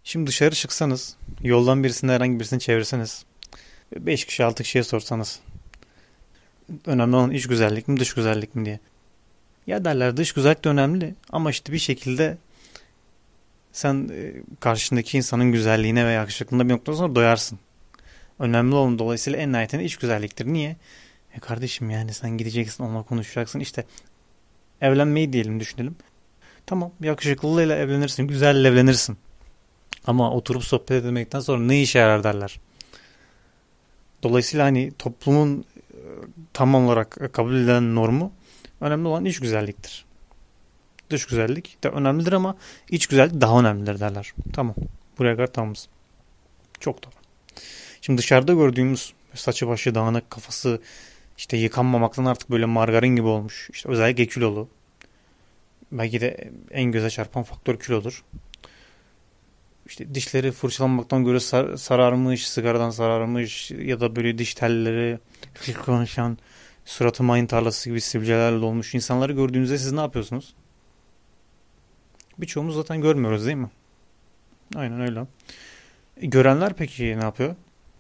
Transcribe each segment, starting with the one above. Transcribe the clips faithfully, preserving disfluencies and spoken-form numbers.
Şimdi dışarı çıksanız, yoldan birisini herhangi birisini çevirseniz, beş kişi altı kişiye sorsanız, önemli olan iç güzellik mi dış güzellik mi diye. Ya derler dış güzellik de önemli ama işte bir şekilde sen e, karşındaki insanın güzelliğine veya yakışıklılığına bir noktadan sonra doyarsın. Önemli olan dolayısıyla en nihayetinde iç güzelliktir. Niye? E kardeşim yani sen gideceksin onunla konuşacaksın işte evlenmeyi diyelim düşünelim. Tamam yakışıklılığıyla evlenirsin, güzelle evlenirsin. Ama oturup sohbet edilmekten sonra ne işe yarar derler. Dolayısıyla hani toplumun e, tam olarak kabul edilen normu önemli olan iç güzelliktir. Dış güzellik de önemlidir ama iç güzellik daha önemlidir derler. Tamam. Buraya kadar tamamız. Çok doğru. Şimdi dışarıda gördüğümüz saçı başı dağınık, kafası işte yıkanmamaktan artık böyle margarin gibi olmuş. İşte özellikle kilolu. Belki de en göze çarpan faktör kilodur. İşte dişleri fırçalanmaktan göre sar- sararmış, sigaradan sararmış ya da böyle diş telleri konuşan suratı mayın tarlası gibi sivilcelerle dolmuş insanları gördüğünüzde siz ne yapıyorsunuz? Birçoğumuz zaten görmüyoruz değil mi? Aynen öyle. E, görenler peki ne yapıyor?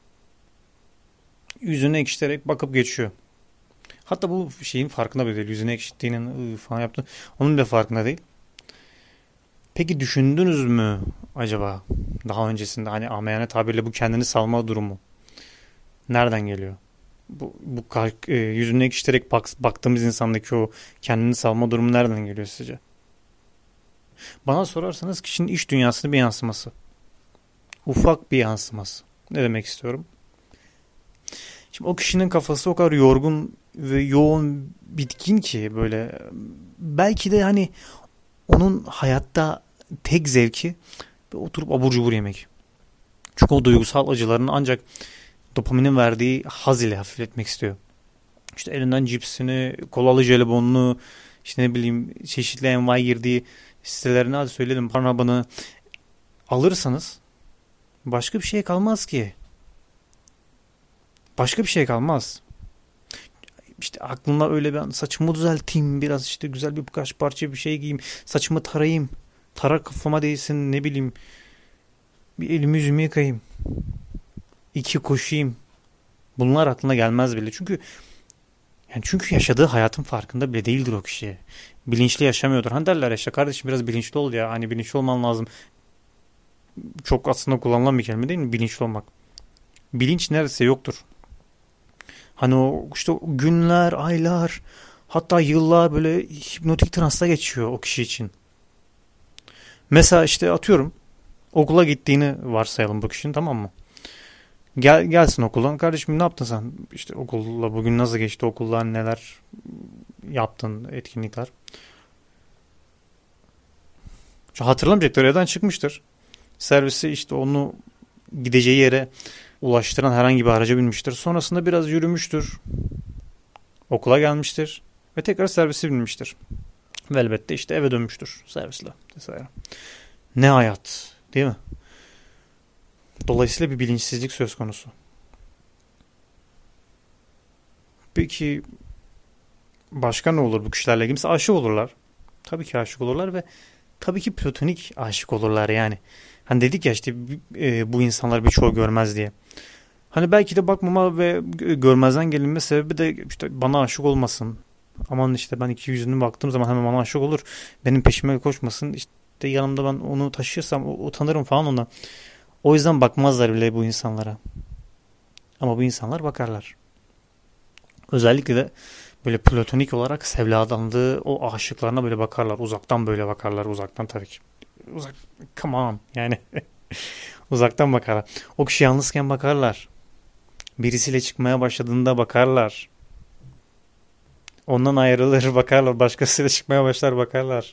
Yüzünü ekşiterek bakıp geçiyor. Hatta bu şeyin farkında bile değil. Yüzünü ekşittiğinin ıı, falan yaptı. Onun bile farkında değil. Peki düşündünüz mü acaba daha öncesinde hani amiyane tabirle bu kendini salma durumu nereden geliyor? Bu, bu kalk, e, yüzünü ekşiterek bak, baktığımız insandaki o kendini salma durumu nereden geliyor sizce? Bana sorarsanız kişinin iç dünyasının bir yansıması. Ufak bir yansıması. Ne demek istiyorum? Şimdi o kişinin kafası o kadar yorgun ve yoğun bitkin ki böyle belki de hani onun hayatta tek zevki oturup abur cubur yemek. Çünkü o duygusal acılarını ancak dopaminin verdiği haz ile hafifletmek istiyor. İşte elinden cipsini, kolalı jelibonunu, işte ne bileyim çeşitli envai girdiği sitelerini hadi söyleyelim parmağını alırsanız başka bir şey kalmaz ki. Başka bir şey kalmaz. İşte aklına öyle bir saçımı düzelteyim biraz işte güzel bir birkaç parça bir şey giyeyim. Saçımı tarayayım. Tarak kafama değsin ne bileyim. Bir elimi yüzümü yıkayayım. İki koşayım. Bunlar aklına gelmez bile. Çünkü yani çünkü yaşadığı hayatın farkında bile değildir o kişi. Bilinçli yaşamıyordur. Hani derler işte kardeşim biraz bilinçli ol ya. Hani bilinçli olman lazım. Çok aslında kullanılan bir kelime değil mi? Bilinçli olmak. Bilinç neredeyse yoktur. Hani o işte günler, aylar, hatta yıllar böyle hipnotik transta geçiyor o kişi için. Mesela işte atıyorum okula gittiğini varsayalım bu kişinin tamam mı? Gel gelsin okuldan. Kardeşim ne yaptın sen? İşte okulla bugün nasıl geçti okullar neler yaptın etkinlikler. Hatırlamayacaktır evden çıkmıştır. Servisi işte onu gideceği yere ulaştıran herhangi bir araca binmiştir. Sonrasında biraz yürümüştür. Okula gelmiştir. Ve tekrar servise binmiştir. Ve elbette işte eve dönmüştür servisle. Vesaire. Ne hayat değil mi? Dolayısıyla bir bilinçsizlik söz konusu. Peki başka ne olur bu kişilerle ilgili? Mesela aşık olurlar. Tabii ki aşık olurlar ve tabii ki platonik aşık olurlar yani. Hani dedik ya işte e, bu insanlar birçoğu görmez diye. Hani belki de bakmama ve görmezden gelinme sebebi de işte bana aşık olmasın. Aman işte ben iki yüzünü baktığım zaman hemen bana aşık olur. Benim peşime koşmasın. İşte yanımda ben onu taşırsam utanırım falan ona. O yüzden bakmazlar bile bu insanlara. Ama bu insanlar bakarlar. Özellikle de böyle platonik olarak sevdalandığı o aşıklarına böyle bakarlar. Uzaktan böyle bakarlar. Uzaktan tabii ki. Uzak, come on yani. Uzaktan bakarlar. O kişi yalnızken bakarlar. Birisiyle çıkmaya başladığında bakarlar. Ondan ayrılır bakarlar. Başkasıyla çıkmaya başlar bakarlar.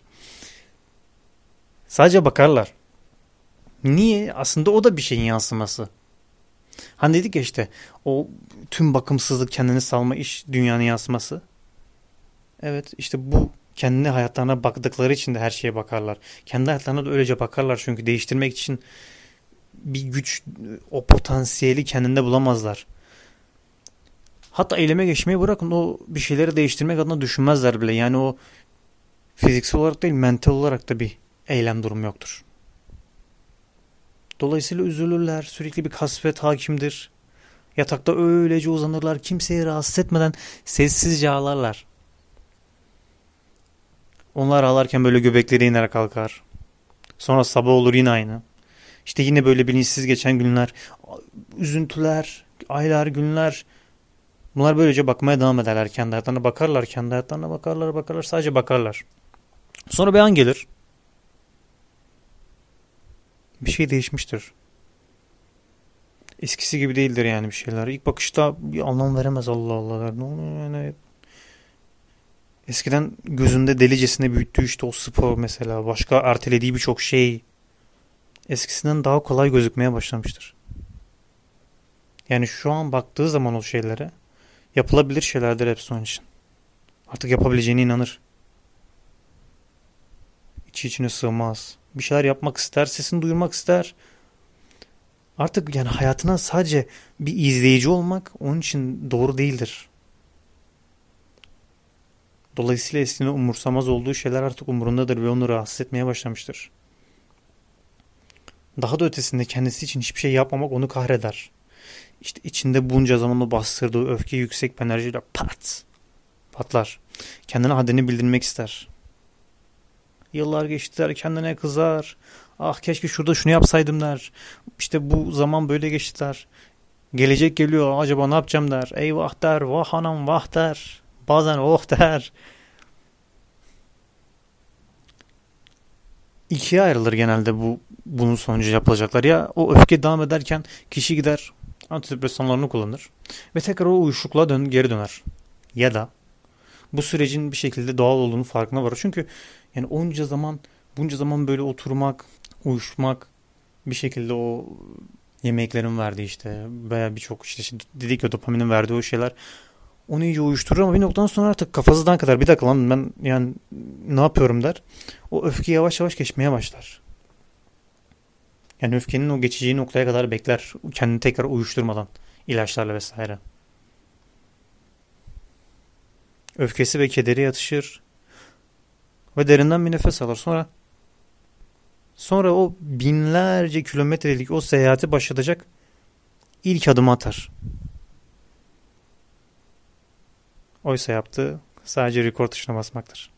Sadece bakarlar. Niye? Aslında o da bir şeyin yansıması. Hani dedik ya işte o tüm bakımsızlık kendini salma iş dünyanın yansıması. Evet işte bu kendi hayatlarına baktıkları için de her şeye bakarlar. Kendi hayatlarına da öylece bakarlar çünkü değiştirmek için bir güç o potansiyeli kendinde bulamazlar. Hatta eyleme geçmeyi bırakın o bir şeyleri değiştirmek adına düşünmezler bile. Yani o fiziksel olarak değil mental olarak da bir eylem durumu yoktur. Dolayısıyla üzülürler. Sürekli bir kasvet hakimdir. Yatakta öylece uzanırlar. Kimseyi rahatsız etmeden sessizce ağlarlar. Onlar ağlarken böyle göbekleri iner kalkar. Sonra sabah olur yine aynı. İşte yine böyle bilinçsiz geçen günler. Üzüntüler, aylar, günler. Bunlar böylece bakmaya devam ederler kendi hayatlarına. Bakarlar kendi hayatlarına bakarlar bakarlar. Sadece bakarlar. Sonra bir an gelir. Bir şey değişmiştir. Eskisi gibi değildir yani bir şeyler. İlk bakışta bir anlam veremez, Allah Allah der. Ne oluyor yani? Eskiden gözünde delicesine büyüttüğü işte o spor mesela. Başka ertelediği birçok şey eskisinden daha kolay gözükmeye başlamıştır. Yani şu an baktığı zaman o şeylere yapılabilir şeylerdir hepsi onun için. Artık yapabileceğine inanır. İçi içine sığmaz. Bir şeyler yapmak ister, sesini duyurmak ister. Artık yani hayatına sadece bir izleyici olmak onun için doğru değildir. Dolayısıyla eskiden umursamaz olduğu şeyler artık umurundadır ve onu rahatsız etmeye başlamıştır. Daha da ötesinde kendisi için hiçbir şey yapmamak onu kahreder. İşte içinde bunca zaman o bastırdığı öfke yüksek bir enerjiyle pat patlar. Kendine haddini bildirmek ister. Yıllar geçti der, kendine kızar. Ah keşke şurada şunu yapsaydım der. İşte bu zaman böyle geçti der. Gelecek geliyor, acaba ne yapacağım der. Eyvah der, vah anam vah der. Bazen oh der. İkiye ayrılır genelde bu bunun sonucu yapılacaklar. Ya o öfke devam ederken kişi gider antidepresanlarını kullanır ve tekrar o uyuşukluğa dön geri döner. Ya da bu sürecin bir şekilde doğal olduğunu farkına varır. Çünkü yani onca zaman bunca zaman böyle oturmak, uyuşmak, bir şekilde o yemeklerin verdiği işte veya birçok işte, işte dedik ya dopaminin verdiği o şeyler onu iyice uyuşturur ama bir noktadan sonra artık kafasından kadar bir dakika lan ben yani ne yapıyorum der. O öfke yavaş yavaş geçmeye başlar. Yani öfkenin o geçeceği noktaya kadar bekler kendini tekrar uyuşturmadan ilaçlarla vesaire. Öfkesi ve kederi yatışır ve derinden bir nefes alır. Sonra sonra o binlerce kilometrelik o seyahati başlatacak ilk adımı atar. Oysa yaptığı sadece record tuşuna basmaktır.